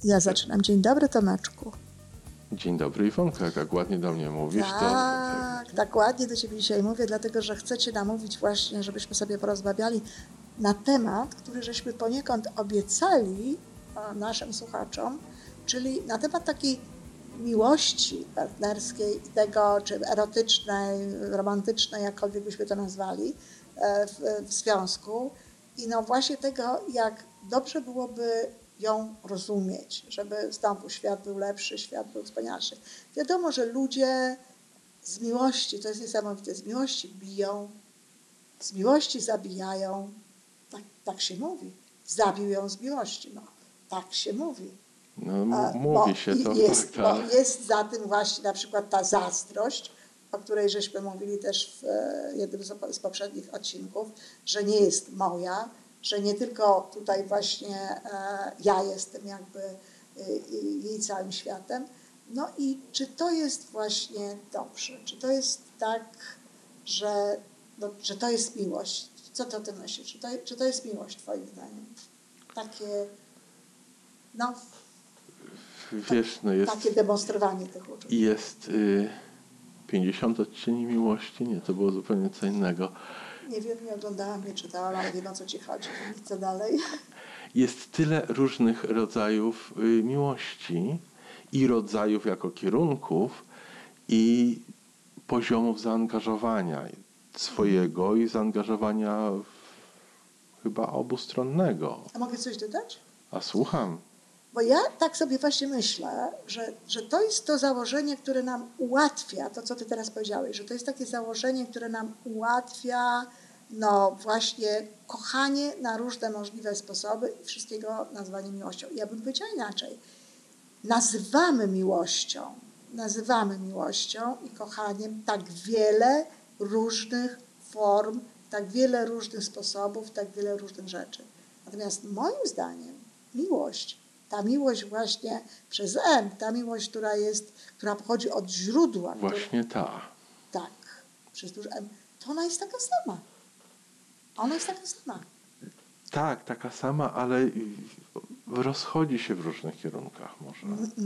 Ja zaczynam. Dzień dobry, Tomeczku. Dzień dobry, Iwonka, jak ładnie do mnie mówisz. Tak ładnie do ciebie dzisiaj mówię, dlatego że chcę cię namówić właśnie, żebyśmy sobie porozmawiali na temat, który żeśmy poniekąd obiecali naszym słuchaczom, czyli na temat takiej miłości partnerskiej, tego, czy erotycznej, romantycznej, jakkolwiek byśmy to nazwali, w związku. I no właśnie tego, jak dobrze byłoby ją rozumieć, żeby znowu świat był lepszy, świat był wspanialszy. Wiadomo, że ludzie z miłości, to jest niesamowite, z miłości biją, z miłości zabijają, tak się mówi. Zabił ją z miłości, no tak się mówi. No, mówi się to. Jest za tym właśnie na przykład ta zazdrość, o której żeśmy mówili też w jednym z poprzednich odcinków, że nie jest moja, że nie tylko tutaj właśnie ja jestem jakby jej całym światem. No i czy to jest właśnie dobrze? Czy to jest tak, że to jest miłość? Co ty o tym myślisz? Czy to jest miłość twoim zdaniem? Takie, wiesz, jest, takie demonstrowanie tych uczuć. Jest 50 odcieni miłości? Nie, to było zupełnie co innego. Nie wiem, nie oglądałam, nie czytałam, ale wiem, o co ci chodzi. Co dalej? Jest tyle różnych rodzajów miłości i rodzajów jako kierunków i poziomów zaangażowania swojego i zaangażowania chyba obustronnego. A mogę coś dodać? A słucham. Bo ja tak sobie właśnie myślę, że to jest to założenie, które nam ułatwia, to co ty teraz powiedziałeś, że to jest takie założenie, które nam ułatwia właśnie kochanie na różne możliwe sposoby i wszystkiego nazwanie miłością. Ja bym powiedziała inaczej. Nazywamy miłością i kochaniem tak wiele różnych form, tak wiele różnych sposobów, tak wiele różnych rzeczy. Natomiast moim zdaniem ta miłość właśnie przez M, ta miłość, która pochodzi od źródła. Właśnie ta. Tak, przez duże M, to ona jest taka sama. Tak, taka sama, ale rozchodzi się w różnych kierunkach może.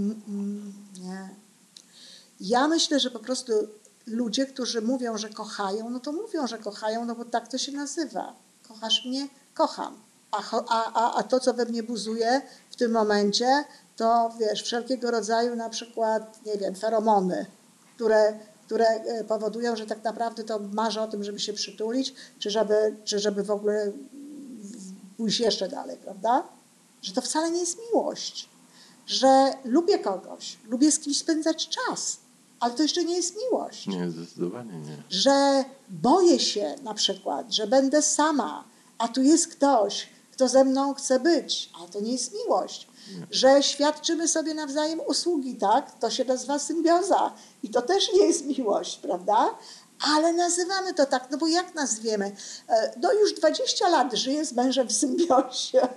Nie. Ja myślę, że po prostu ludzie, którzy mówią, że kochają, no to mówią, że kochają, no bo tak to się nazywa. Kochasz mnie? Kocham. A to, co we mnie buzuje w tym momencie, to wiesz, wszelkiego rodzaju na przykład, nie wiem, feromony, które powodują, że tak naprawdę to marzę o tym, żeby się przytulić, czy żeby w ogóle pójść jeszcze dalej, prawda? Że to wcale nie jest miłość. Że lubię kogoś, lubię z kimś spędzać czas, ale to jeszcze nie jest miłość. Nie, zdecydowanie nie. Że boję się na przykład, że będę sama, a tu jest ktoś, kto ze mną chce być, a to nie jest miłość. Nie. Że świadczymy sobie nawzajem usługi, tak? To się nazywa symbioza i to też nie jest miłość, prawda? Ale nazywamy to tak, no bo jak nazwiemy? No już 20 lat żyję z mężem w symbiozie.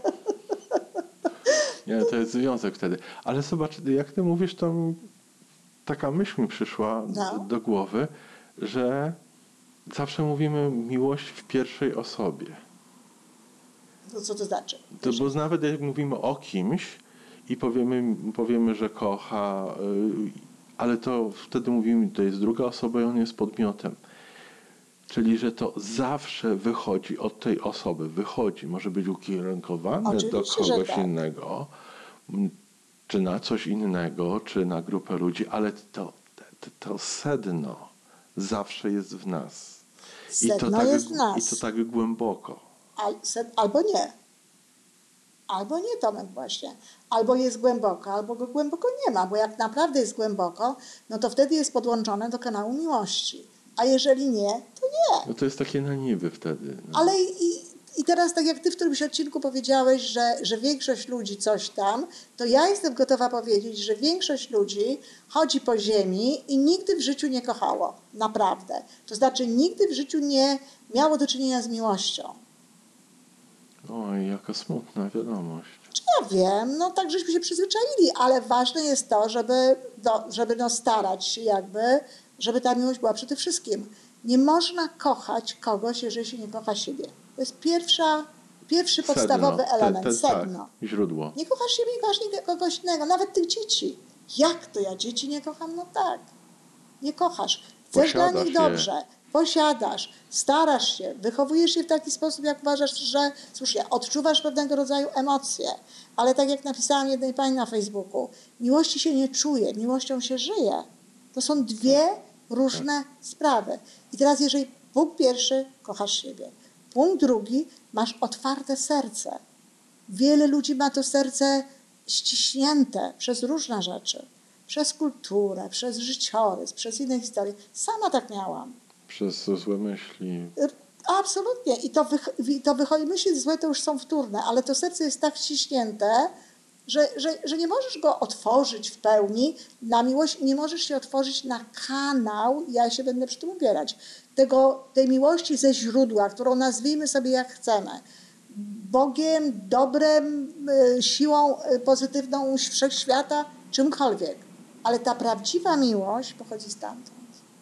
Nie, to jest związek wtedy. Ale zobacz, jak ty mówisz, to taka myśl mi przyszła do głowy, że zawsze mówimy miłość w pierwszej osobie. To co to znaczy? Bo nawet jak mówimy o kimś i powiemy, że kocha, ale to wtedy mówimy, to jest druga osoba i on jest podmiotem. Czyli, że to zawsze wychodzi od tej osoby. Może być ukierunkowane do kogoś innego, czy na coś innego, czy na grupę ludzi, ale to sedno zawsze jest w nas. Sedno jest w nas. I to tak głęboko. Albo nie. Albo nie, Tomek, właśnie. Albo jest głęboko, albo go głęboko nie ma, bo jak naprawdę jest głęboko, no to wtedy jest podłączone do kanału miłości. A jeżeli nie, to nie. No to jest takie na niby wtedy. No. Ale i teraz, tak jak ty w którymś odcinku powiedziałeś, że większość ludzi coś tam, to ja jestem gotowa powiedzieć, że większość ludzi chodzi po ziemi i nigdy w życiu nie kochało. Naprawdę. To znaczy nigdy w życiu nie miało do czynienia z miłością. Oj, jaka smutna wiadomość. Ja wiem, no tak żeśmy się przyzwyczaili, ale ważne jest to, żeby starać się jakby, żeby ta miłość była przede wszystkim. Nie można kochać kogoś, jeżeli się nie kocha siebie. To jest pierwsza pierwszy podstawowy element, sedno. Tak, źródło. Nie kochasz siebie, nie kochasz kogoś innego, nawet tych dzieci. Jak to ja dzieci nie kocham? No tak, nie kochasz. Chcesz dla nich dobrze, posiadasz, starasz się, wychowujesz się w taki sposób, jak uważasz, że słusznie, odczuwasz pewnego rodzaju emocje, ale tak jak napisałam jednej pani na Facebooku, miłości się nie czuje, miłością się żyje. To są dwie różne sprawy. I teraz jeżeli punkt pierwszy, kochasz siebie. Punkt drugi, masz otwarte serce. Wiele ludzi ma to serce ściśnięte przez różne rzeczy. Przez kulturę, przez życiorys, przez inne historie. Sama tak miałam. Przez złe myśli. Absolutnie. I to wychodzi, myśli złe to już są wtórne, ale to serce jest tak ściśnięte, że nie możesz go otworzyć w pełni na miłość, nie możesz się otworzyć na kanał, ja się będę przy tym upierać, tej miłości ze źródła, którą nazwijmy sobie jak chcemy. Bogiem, dobrem, siłą pozytywną wszechświata, czymkolwiek. Ale ta prawdziwa miłość pochodzi stamtąd.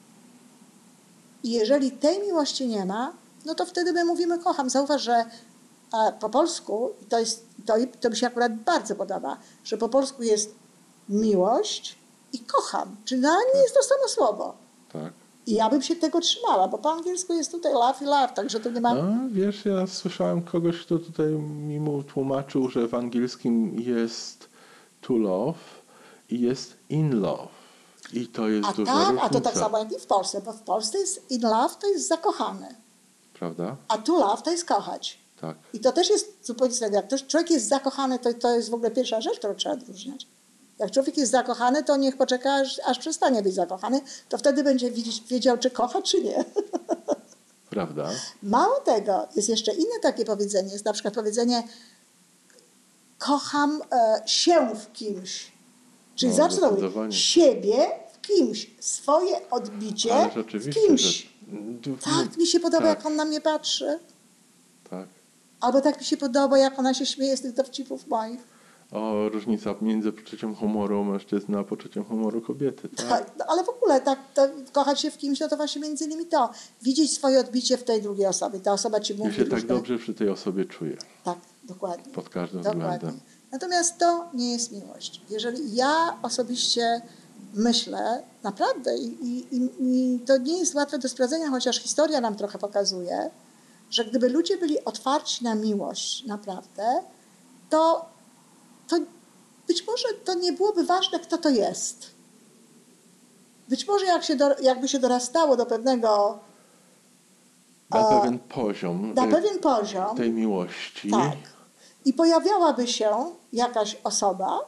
I jeżeli tej miłości nie ma, no to wtedy my mówimy kocham. Zauważ, że po polsku, to mi się akurat bardzo podoba, że po polsku jest miłość i kocham. Czyli dla mnie jest to samo słowo. Tak. I ja bym się tego trzymała, bo po angielsku jest tutaj love i love, także to nie ma... No, wiesz, ja słyszałem kogoś, kto tutaj mi tłumaczył, że w angielskim jest to love i jest in love. I to jest duża różnica. A to tak samo jak i w Polsce, bo w Polsce jest in love, to jest zakochany. Prawda? A to love to jest kochać. Tak. I to też jest zupełnie co innego. Jak człowiek jest zakochany, to jest w ogóle pierwsza rzecz, którą trzeba odróżniać. Jak człowiek jest zakochany, to niech poczeka, aż przestanie być zakochany, to wtedy będzie wiedział, czy kocha, czy nie. Prawda? Mało tego, jest jeszcze inne takie powiedzenie. Jest na przykład powiedzenie kocham się w kimś. Czyli zacznę mówić siebie w kimś. Swoje odbicie w kimś. Tak mi się podoba, jak on na mnie patrzy. Tak. Albo tak mi się podoba, jak ona się śmieje z tych dowcipów moich. O, różnica między poczuciem humoru mężczyzny a poczuciem humoru kobiety. Tak, no, ale w ogóle tak, kochać się w kimś, no to właśnie między innymi to. Widzieć swoje odbicie w tej drugiej osobie. Ta osoba ci mówi... Ja się tak dobrze przy tej osobie czuję. Tak, dokładnie. Pod każdym dokładnie. względem. Natomiast to nie jest miłość. Jeżeli ja osobiście myślę, naprawdę, i to nie jest łatwe do sprawdzenia, chociaż historia nam trochę pokazuje, że gdyby ludzie byli otwarci na miłość, naprawdę, to być może to nie byłoby ważne, kto to jest. Być może jakby się dorastało do pewnego... Na pewien poziom tej miłości. Tak. I pojawiałaby się jakaś osoba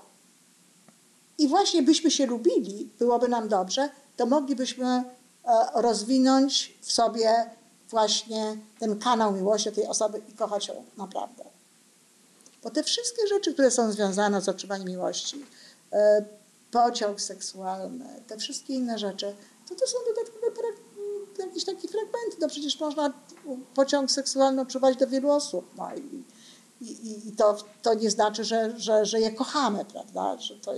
i właśnie byśmy się lubili, byłoby nam dobrze, to moglibyśmy rozwinąć w sobie właśnie ten kanał miłości tej osoby i kochać ją naprawdę. Bo te wszystkie rzeczy, które są związane z odczuwaniem miłości, pociąg seksualny, te wszystkie inne rzeczy, to są dodatkowe jakieś takie fragmenty. No przecież można pociąg seksualny odczuwać do wielu osób. No i to nie znaczy, że je kochamy, prawda?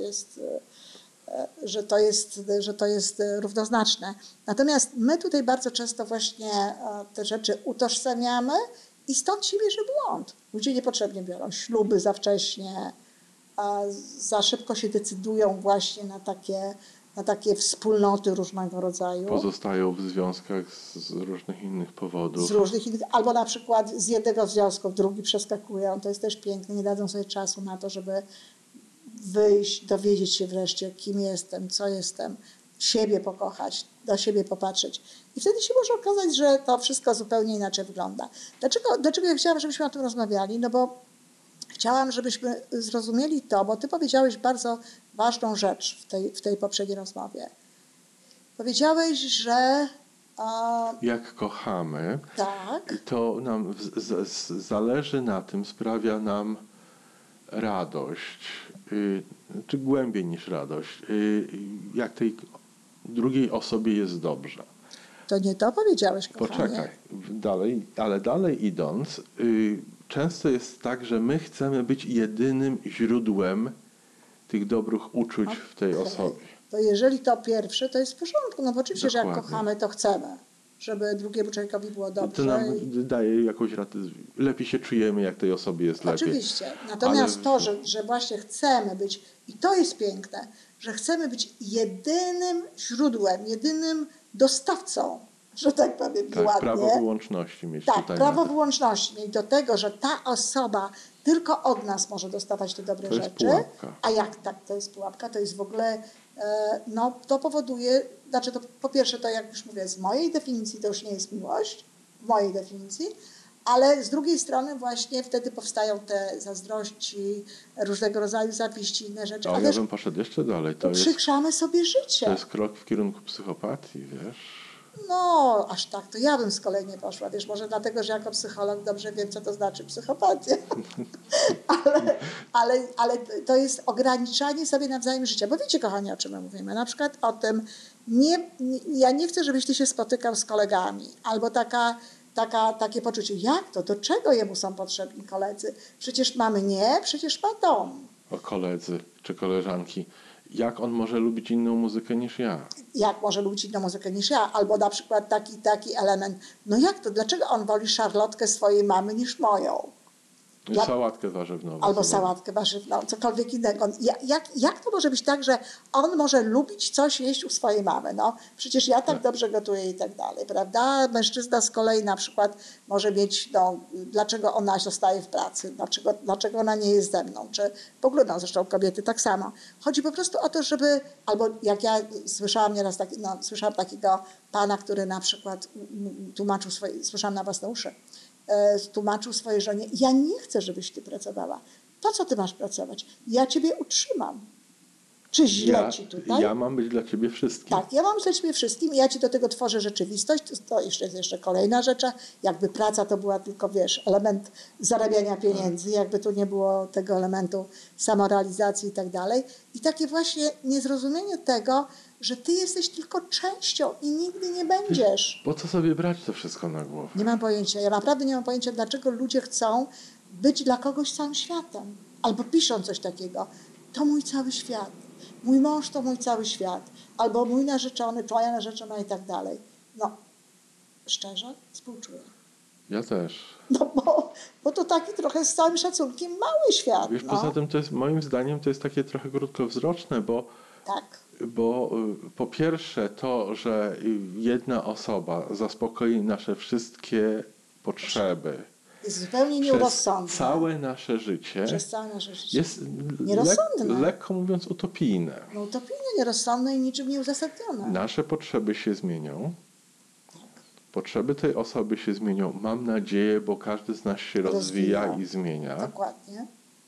Że to jest równoznaczne. Natomiast my tutaj bardzo często właśnie te rzeczy utożsamiamy i stąd się bierze błąd. Ludzie niepotrzebnie biorą śluby za wcześnie, za szybko się decydują właśnie na takie wspólnoty różnego rodzaju. Pozostają w związkach z różnych innych powodów. Albo na przykład z jednego związku w drugi przeskakują. To jest też piękne. Nie dadzą sobie czasu na to, żeby wyjść, dowiedzieć się wreszcie, kim jestem, co jestem, siebie pokochać, do siebie popatrzeć. I wtedy się może okazać, że to wszystko zupełnie inaczej wygląda. Dlaczego ja chciałam, żebyśmy o tym rozmawiali? No bo chciałam, żebyśmy zrozumieli to, bo ty powiedziałeś bardzo ważną rzecz w tej poprzedniej rozmowie. Powiedziałeś, że... Jak kochamy, tak. to nam zależy na tym, sprawia nam radość, czy głębiej niż radość, jak tej drugiej osobie jest dobrze. To nie to powiedziałeś, kochanie. Poczekaj, dalej idąc, często jest tak, że my chcemy być jedynym źródłem tych dobrych uczuć w tej osobie. To jeżeli to pierwsze, to jest w porządku. No bo oczywiście, Dokładnie. że jak kochamy, to chcemy. żeby drugiemu człowiekowi było To dobrze. nam daje jakąś radę, lepiej się czujemy, jak tej osobie jest lepiej. Oczywiście. Natomiast Ale- to, że właśnie chcemy być, i to jest piękne, że chcemy być jedynym źródłem, jedynym dostawcą, że tak powiem Tak, ładnie. prawo wyłączności mieć Tak, tutaj. prawo na to. wyłączności. I do tego, że ta osoba tylko od nas może dostawać te dobre To jest rzeczy. pułapka. A jak tak, to jest pułapka, to jest w ogóle, no to powoduje, znaczy to po pierwsze to jak już mówię, z mojej definicji to już nie jest miłość, w mojej definicji, ale z drugiej strony właśnie wtedy powstają te zazdrości, różnego rodzaju zawiści, inne rzeczy. O, A ja też bym poszedł jeszcze dalej. To uprzykrzamy sobie życie. jest krok w kierunku psychopatii, wiesz? No, aż tak, to ja bym z kolei nie poszła. Wiesz, może dlatego, że jako psycholog dobrze wiem, co to znaczy psychopatia. ale to jest ograniczanie sobie nawzajem życia. Bo wiecie, kochani, o czym my mówimy? Na przykład o tym, ja nie chcę, żebyś ty się spotykał z kolegami. Albo takie poczucie, jak to? Do czego jemu są potrzebni koledzy? Przecież mamy przecież ma dom. O koledzy czy koleżanki. Jak on może lubić inną muzykę niż ja? Jak może lubić inną muzykę niż ja? Albo na przykład taki element, no jak to? Dlaczego on woli szarlotkę swojej mamy niż moją? Sałatkę warzywną. Albo sałatkę warzywną, cokolwiek innego. Jak to może być tak, że on może lubić coś jeść u swojej mamy? No, przecież ja tak dobrze gotuję i tak dalej, prawda? Mężczyzna z kolei na przykład może mieć, no, dlaczego ona zostaje w pracy, dlaczego ona nie jest ze mną, czy w ogóle, no, zresztą kobiety tak samo. Chodzi po prostu o to, żeby, albo jak ja słyszałam nieraz, słyszałam takiego pana, który na przykład tłumaczył słyszałam na własne uszy, tłumaczył swojej żonie, ja nie chcę, żebyś ty pracowała. Po co ty masz pracować? Ja ciebie utrzymam. Czy źle ci tutaj? Ja mam być dla ciebie wszystkim. Tak, ja mam być dla ciebie wszystkim i ja ci do tego tworzę rzeczywistość. To jest jeszcze kolejna rzecz. Jakby praca to była tylko, wiesz, element zarabiania pieniędzy, jakby tu nie było tego elementu samorealizacji i tak dalej. I takie właśnie niezrozumienie tego, że ty jesteś tylko częścią i nigdy nie będziesz. Po co sobie brać to wszystko na głowę? Nie mam pojęcia. Ja naprawdę nie mam pojęcia, dlaczego ludzie chcą być dla kogoś całym światem. Albo piszą coś takiego. To mój cały świat. Mój mąż to mój cały świat. Albo mój narzeczony, twoja narzeczona i tak dalej. No, szczerze, współczuję. Ja też. No bo to taki trochę z całym szacunkiem mały świat. Wiesz, no. poza tym to jest, moim zdaniem, to jest takie trochę krótkowzroczne, bo Tak. po pierwsze to, że jedna osoba zaspokoi nasze wszystkie potrzeby Jest zupełnie przez nierozsądne. całe nasze życie Przez całe nasze życie. jest Nierozsądne. lekko mówiąc utopijne. No utopijne, nierozsądne i niczym nieuzasadnione. Nasze potrzeby się zmienią. Potrzeby tej osoby się zmienią. Mam nadzieję, bo każdy z nas się rozwija i zmienia. Dokładnie.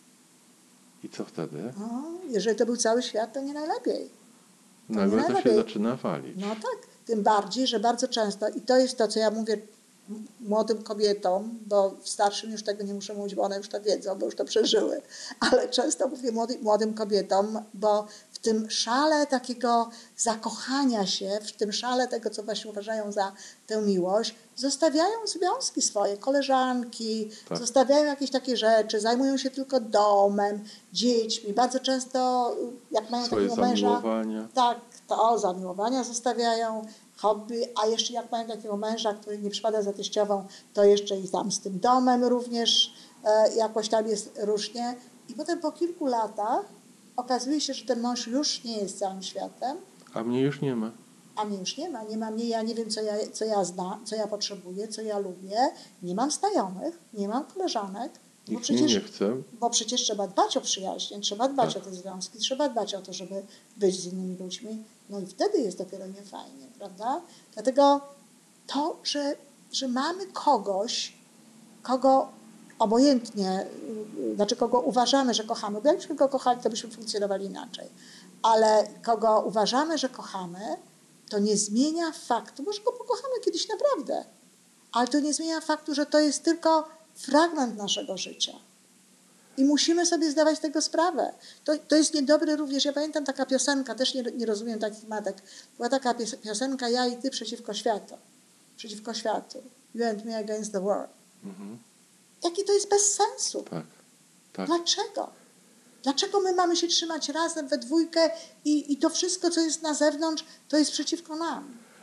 I co wtedy? No, jeżeli to był cały świat, to nie najlepiej. Nagle to się zaczyna walić. No tak, tym bardziej, że bardzo często, i to jest to, co ja mówię młodym kobietom, bo starszym już tego nie muszę mówić, bo one już to wiedzą, bo już to przeżyły, ale często mówię młodym kobietom, bo w tym szale takiego zakochania się, w tym szale tego, co właśnie uważają za tę miłość, zostawiają związki swoje, koleżanki, Tak. zostawiają jakieś takie rzeczy, zajmują się tylko domem, dziećmi. Bardzo często, jak mają Swoje takiego męża, zamiłowania. tak, to zamiłowania zostawiają, hobby, a jeszcze jak mają takiego męża, który nie przypada za teściową, to jeszcze i tam z tym domem również jakoś tam jest różnie. I potem po kilku latach okazuje się, że ten mąż już nie jest całym światem, A mnie już nie ma. a mnie już nie ma mnie, ja nie wiem, co ja potrzebuję, co ja lubię, nie mam znajomych, nie mam koleżanek, Nikt mnie nie chce. bo przecież trzeba dbać o przyjaźń, trzeba dbać o te związki, trzeba dbać o to, żeby być z innymi ludźmi. No i wtedy jest dopiero niefajnie, prawda? Dlatego to, że mamy kogoś, kogo obojętnie, znaczy kogo uważamy, że kochamy, bo jakbyśmy go kochali, to byśmy funkcjonowali inaczej, ale kogo uważamy, że kochamy, to nie zmienia faktu, może go pokochamy kiedyś naprawdę, ale to nie zmienia faktu, że to jest tylko fragment naszego życia. I musimy sobie zdawać z tego sprawę. To jest niedobre również. Ja pamiętam taka piosenka, też nie rozumiem takich matek. Była taka piosenka Ja i ty przeciwko światu. Przeciwko światu. You and me against the world. Mhm. Jaki to jest bez sensu. Tak. Tak. Dlaczego? Dlaczego my mamy się trzymać razem we dwójkę i to wszystko, co jest na zewnątrz, to jest przeciwko nam?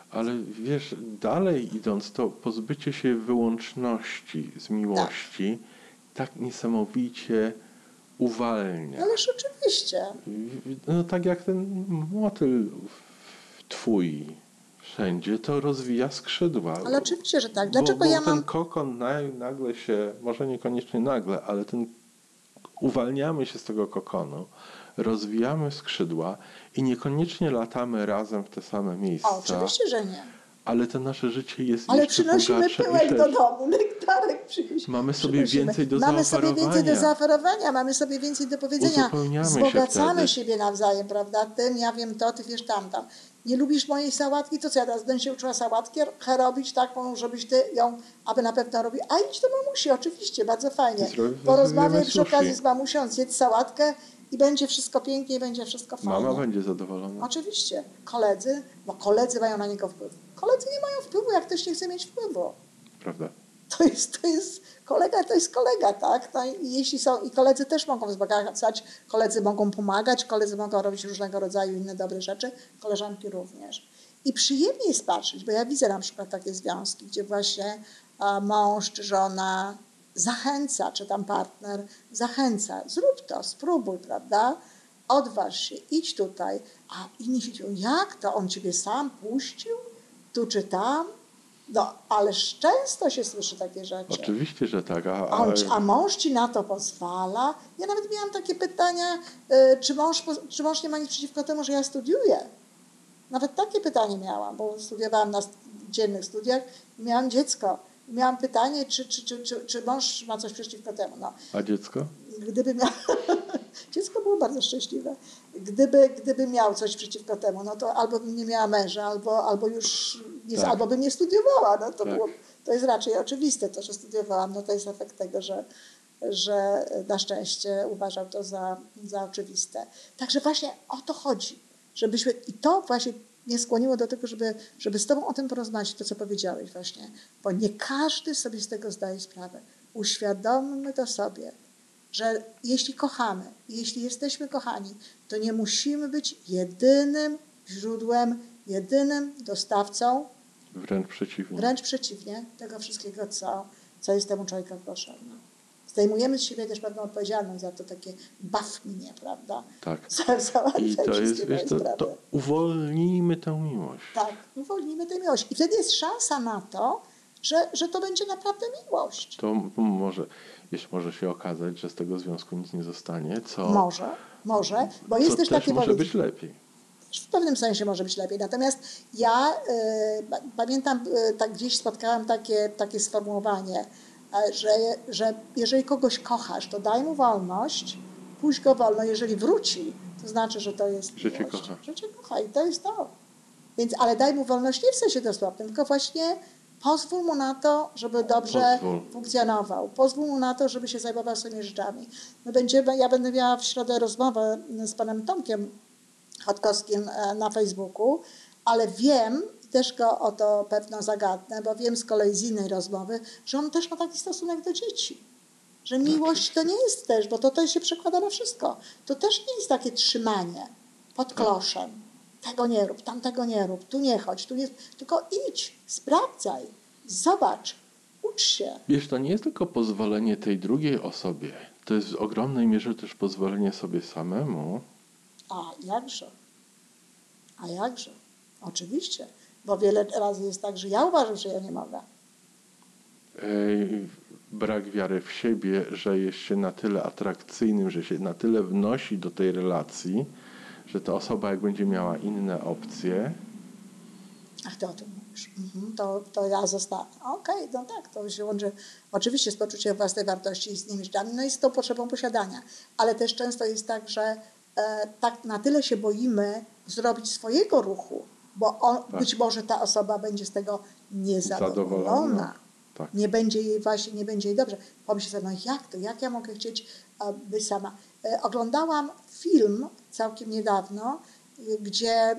Ale wiesz, dalej idąc, to pozbycie się wyłączności z miłości tak niesamowicie uwalnia. Ależ oczywiście. No tak jak ten motyl twój wszędzie, to rozwija skrzydła. Ale oczywiście, że tak. Dlaczego ja ten mam... kokon nagle się, może niekoniecznie nagle, ale uwalniamy się z tego kokonu, rozwijamy skrzydła i niekoniecznie latamy razem w te same miejsca. Oczywiście, że nie. Ale to nasze życie jest Ale jeszcze przynosimy bogatsze pyłek do domu, nektarek przynosimy. Mamy sobie więcej do Mamy zaoferowania. sobie więcej do zaoferowania, mamy sobie więcej do powiedzenia. Uzupełniamy się Wzbogacamy wtedy. siebie nawzajem, prawda? Tym ja wiem to, ty wiesz tamtam. Nie lubisz mojej sałatki, to co ja teraz będę się uczyła sałatkę robić taką, żebyś ty ją, aby na pewno robił. A idź do mamusi, oczywiście, bardzo fajnie. Porozmawiaj przy okazji z mamusią, zjedz sałatkę i będzie wszystko pięknie, i będzie wszystko fajnie. Mama będzie zadowolona. Oczywiście. Koledzy, bo koledzy mają na niego wpływ. Koledzy nie mają wpływu, jak ktoś nie chce mieć wpływu. Prawda. To jest kolega, tak? No i jeśli są, i koledzy też mogą wzbogacać, koledzy mogą pomagać, koledzy mogą robić różnego rodzaju inne dobre rzeczy, koleżanki również. I przyjemnie jest patrzeć, bo ja widzę na przykład takie związki, gdzie właśnie mąż czy żona zachęca, czy tam partner zachęca, zrób to, spróbuj, prawda? Odważ się, idź tutaj, a inni się dzieją, jak to? On ciebie sam puścił? Tu czy tam? No, ależ często się słyszy takie rzeczy. Oczywiście, że tak. A mąż ci na to pozwala? Ja nawet miałam takie pytania, czy mąż nie ma nic przeciwko temu, że ja studiuję? Nawet takie pytanie miałam, bo studiowałam na dziennych studiach i miałam dziecko. I miałam pytanie, czy mąż ma coś przeciwko temu. No, A dziecko? gdyby miał... Dziecko było bardzo szczęśliwe. Gdyby miał coś przeciwko temu, no to albo bym nie miała męża, albo już nie, Tak. albo bym nie studiowała. No to, Tak. to jest raczej oczywiste. To, że studiowałam, no to jest efekt tego, że na szczęście uważał to za oczywiste. Także właśnie o to chodzi. Żebyśmy, i to właśnie mnie skłoniło do tego, żeby z tobą o tym porozmawiać, to co powiedziałeś właśnie. Bo nie każdy sobie z tego zdaje sprawę. Uświadommy to sobie, że jeśli kochamy, jeśli jesteśmy kochani, to nie musimy być jedynym źródłem, jedynym dostawcą, Wręcz przeciwnie, tego wszystkiego, co jest temu człowiekowi potrzebne. Zdejmujemy z siebie też pewną odpowiedzialność za to takie baw mnie, prawda? Tak. I to jest, wiesz, to uwolnijmy tę miłość. Tak, uwolnijmy tę miłość. I wtedy jest szansa na to, że to będzie naprawdę miłość. To może się okazać, że z tego związku nic nie zostanie, co... Może, bo jest też takie może być lepiej. W pewnym sensie może być lepiej. Natomiast ja pamiętam, tak gdzieś spotkałam takie sformułowanie, że jeżeli kogoś kochasz, to daj mu wolność, puść go wolno, jeżeli wróci, to znaczy, że to jest że miłość. cię kocha. Że cię kocha i to jest to. Więc, ale daj mu wolność nie w sensie dosłownym, tylko właśnie pozwól mu na to, żeby dobrze funkcjonował. Pozwól mu na to, żeby się zajmował swoimi rzeczami. Ja będę miała w środę rozmowę z panem Tomkiem Chodkowskim na Facebooku, ale wiem, też go o to pewno zagadnę, bo wiem z kolei z innej rozmowy, że on też ma taki stosunek do dzieci. Że miłość to nie jest też, bo to się przekłada na wszystko. To też nie jest takie trzymanie pod kloszem. Tego nie rób, tamtego nie rób, tu nie chodź, tylko idź, sprawdzaj, zobacz, ucz się. Wiesz, to nie jest tylko pozwolenie tej drugiej osobie. To jest w ogromnej mierze też pozwolenie sobie samemu. A jakże? Oczywiście. Bo wiele razy jest tak, że ja uważam, że ja nie mogę. Brak wiary w siebie, że jest się na tyle atrakcyjnym, że się na tyle wnosi do tej relacji, że ta osoba jak będzie miała inne opcje... Ach, ty o tym mówisz. To ja zostanę. Okej, no tak, to się łączy oczywiście z poczuciem własnej wartości i z innymi rzeczami, no i z tą potrzebą posiadania. Ale też często jest tak, że tak na tyle się boimy zrobić swojego ruchu, bo być może ta osoba będzie z tego niezadowolona. Tak. Nie będzie jej dobrze. Pomyśl sobie, no jak ja mogę chcieć być sama. Oglądałam film całkiem niedawno, gdzie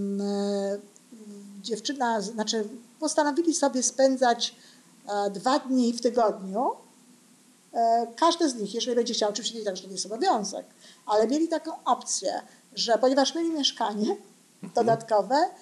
dziewczyna, postanowili sobie spędzać 2 dni w tygodniu. Każdy z nich, jeżeli będzie chciał, oczywiście nie tak, że to nie jest obowiązek, ale mieli taką opcję, że ponieważ mieli mieszkanie dodatkowe,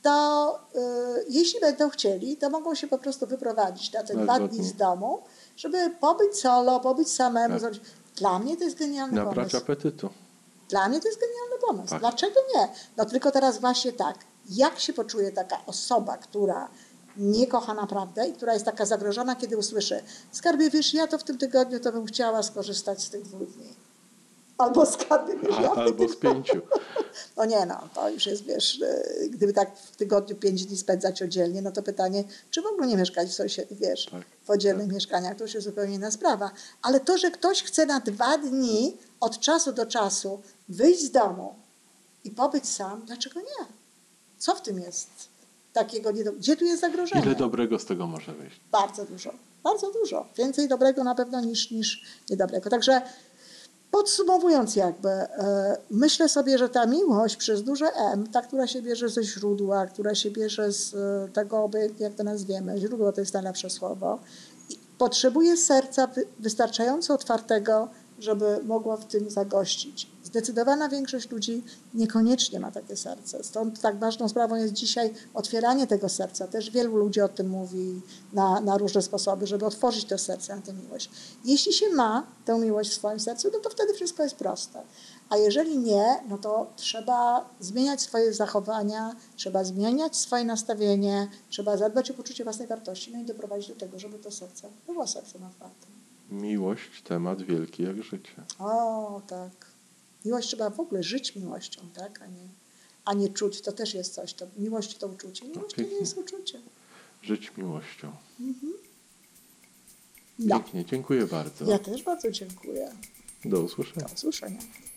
to jeśli będą chcieli, to mogą się po prostu wyprowadzić na te Na 2 2 dni dni. z domu, żeby pobyć solo, pobyć samemu. Tak. Zrobić. Dla mnie to jest genialny Nabrać pomysł. apetytu. Dla mnie to jest genialny pomysł. Tak. Dlaczego nie? No tylko teraz właśnie tak, jak się poczuje taka osoba, która nie kocha naprawdę i która jest taka zagrożona, kiedy usłyszy: skarbie, wiesz, ja to w tym tygodniu to bym chciała skorzystać z tych 2 dni. Albo skarbie, wiesz, ja w tym Albo z 5. No nie no, to już jest, wiesz, gdyby tak w tygodniu 5 dni spędzać oddzielnie, no to pytanie, czy w ogóle nie mieszkać wiesz, Tak, w oddzielnych mieszkaniach, to już jest zupełnie inna sprawa. Ale to, że ktoś chce na 2 dni od czasu do czasu wyjść z domu i pobyć sam, dlaczego nie? Co w tym jest takiego? Gdzie tu jest zagrożenie? Ile dobrego z tego może wyjść? Bardzo dużo, bardzo dużo. Więcej dobrego na pewno niż niedobrego. Także podsumowując jakby, myślę sobie, że ta miłość przez duże M, ta, która się bierze ze źródła, która się bierze z tego, jak to nazwiemy, źródło to jest najlepsze słowo, potrzebuje serca wystarczająco otwartego, żeby mogła w tym zagościć. Zdecydowana większość ludzi niekoniecznie ma takie serce. Stąd tak ważną sprawą jest dzisiaj otwieranie tego serca. Też wielu ludzi o tym mówi na różne sposoby, żeby otworzyć to serce na tę miłość. Jeśli się ma tę miłość w swoim sercu, no to wtedy wszystko jest proste. A jeżeli nie, no to trzeba zmieniać swoje zachowania, trzeba zmieniać swoje nastawienie, trzeba zadbać o poczucie własnej wartości, no i doprowadzić do tego, żeby to serce było sercem otwartym. Miłość, temat wielki jak życie. O, tak. Miłość trzeba w ogóle żyć miłością, tak? A nie czuć. To też jest coś. To miłość to uczucie. Miłość to nie jest uczucie. Żyć miłością. No. Pięknie, dziękuję bardzo. Ja też bardzo dziękuję. Do usłyszenia. Do usłyszenia.